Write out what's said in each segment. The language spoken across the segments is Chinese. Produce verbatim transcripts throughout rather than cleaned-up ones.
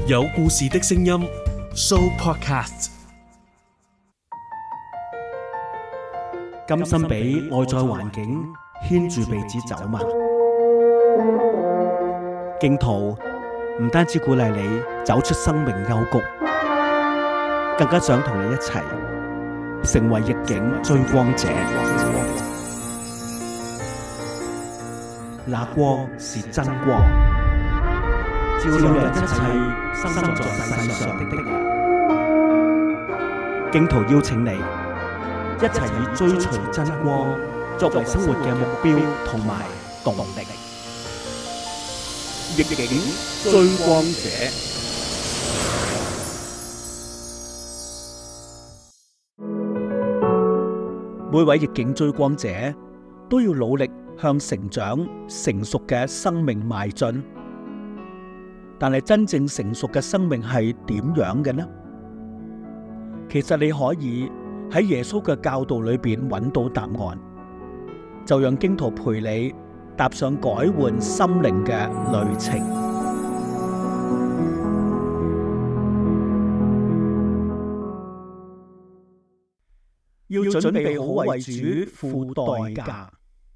有故事的聲音 Show Podcast。甘心俾外在環境牽住鼻子走嘛？荊徒唔單止鼓勵你走出生命幽谷，更加想同你一齊成為逆境追光者。那光是真光，照亮一切生在世上的的人。荊徒邀請你一齊以追隨真光作為生活嘅目標同埋動力。逆境追光者，每位逆境追光者都要努力向成長成熟嘅生命邁進。但係真正成熟嘅生命係點樣嘅呢？其實你可以喺耶穌嘅教導裏邊揾到答案，就讓荊徒陪你踏上改換心靈嘅旅程。要準備好為主付代價。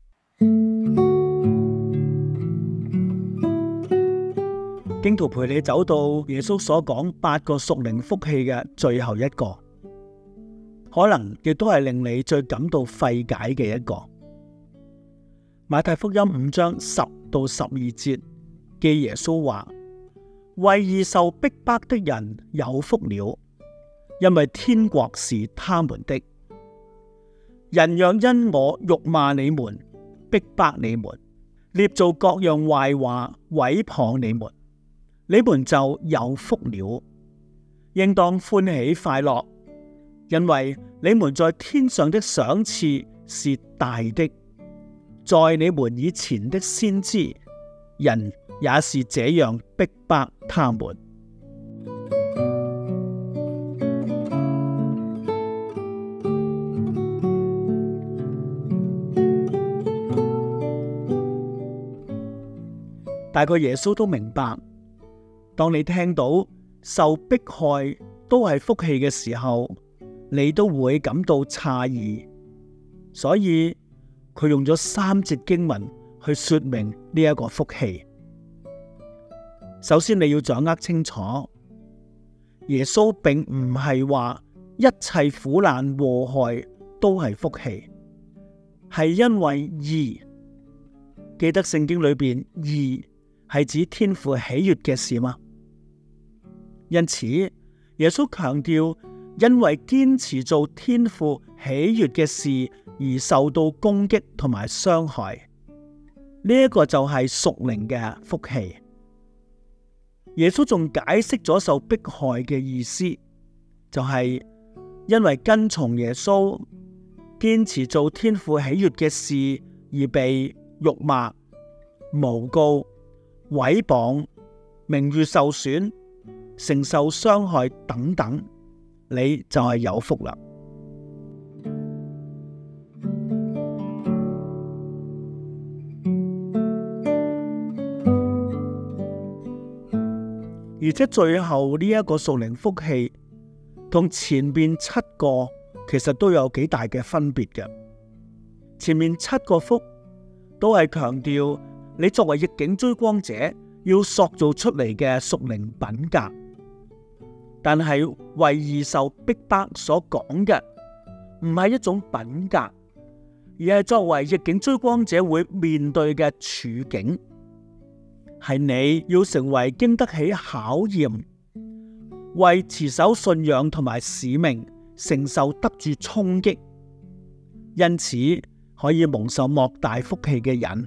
荊徒陪你走到耶穌所講八個屬靈福氣嘅最後一個，可能亦都係令你最感到費解嘅一個。馬太福音五章十到十二節記耶穌話：為義受逼迫的人有福了，因為天國是他們的。人若因我辱罵你們、逼迫你們、捏造各樣壞話毀謗你們，你們就有福了，應當歡喜快樂，因為你們在天上的賞賜是大的。在你們以前的先知，人也是這樣逼迫他們。大概耶穌都明白，當你聽到受迫害都係福氣嘅時候，你都會感到詫異，所以佢用咗三節經文去說明呢一個福氣。首先你要掌握清楚，耶穌並唔係話一切苦難禍害都係福氣，係因為義。記得聖經裏邊義係指天父喜悅嘅事嗎？因此，耶穌強調，因為堅持做天父喜悅嘅事而受到攻擊同埋傷害，呢一個就係屬靈嘅福氣。耶穌仲解釋咗受迫害嘅意思，就係因為跟從耶穌，堅持做天父喜悅嘅事而被辱罵、誣告、毀謗、名譽受損、承受傷害等等，你就係有福啦。而且最後呢一個屬靈福氣同前面七個其實都有幾大嘅分別嘅。前面七個福都係強調你作為逆境追光者要塑造出嚟嘅屬靈品格，但係為義受逼迫所講嘅唔係一種品格，而係作為逆境追光者會面對嘅處境，係你要成為經得起考驗，為持守信仰同埋使命承受得住衝擊，因此可以蒙受莫大福氣嘅人。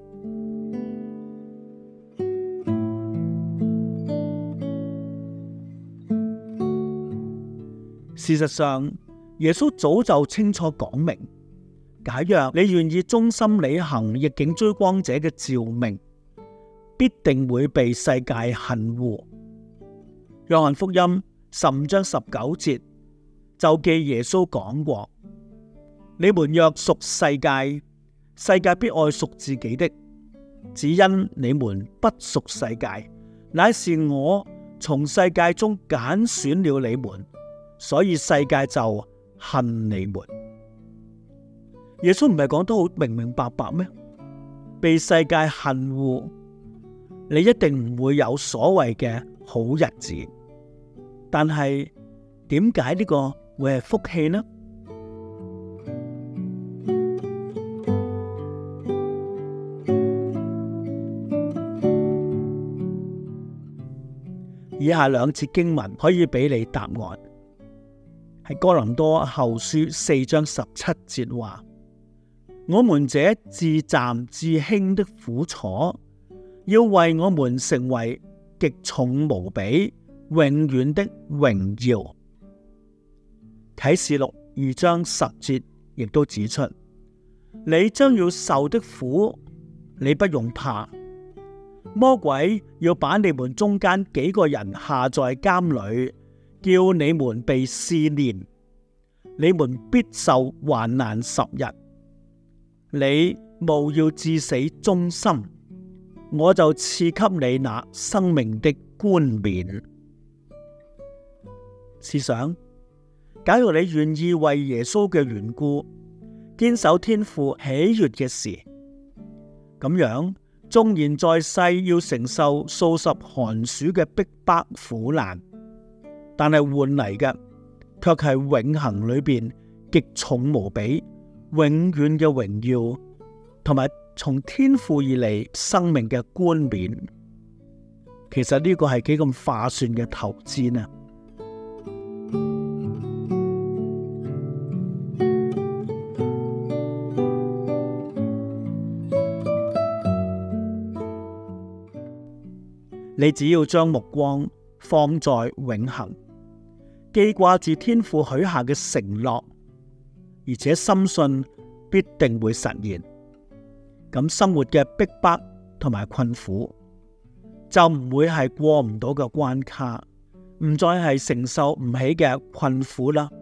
事實上，耶穌早就清楚講明，假若你願意忠心履行逆境追光者嘅召命，必定會被世界恨惡。約翰福音十五章十九節就記耶穌講過：你們若屬世界，世界必愛屬自己的；只因你們不屬世界，乃是我從世界中揀選了你們，所以世界就恨你們。耶穌唔係講得好明明白白咩？被世界恨惡，你一定唔會有所謂嘅好日子。但係點解呢個會係福氣呢？以下兩節經文可以俾你答案，係哥林多後書四章十七節話：我們這至暫至輕的苦楚，要為我們成為極重無比、永遠的榮耀。啟示錄二章十節亦都指出，你將要受的苦，你不用怕。魔鬼要把你們中間幾個人下在監裏，叫你們被試煉，你們必受患難十日。你務要至死忠心，我就賜給你那生命的冠冕。試想，假如你願意為耶穌嘅緣故，堅守天父喜悅嘅事，咁樣，縱然在世要承受數十寒暑嘅逼迫苦難，但係換嚟嘅卻係永恆裏邊極重無比、永遠嘅榮耀，同埋從天父而嚟生命嘅冠冕。其實呢個係幾咁划算嘅投資呢？你只要將目光放在永恆，記掛住天父許下嘅承諾，而且深信必定會實現，咁生活嘅逼迫同埋困苦就唔會係過唔到嘅關卡，唔再係承受唔起嘅困苦啦。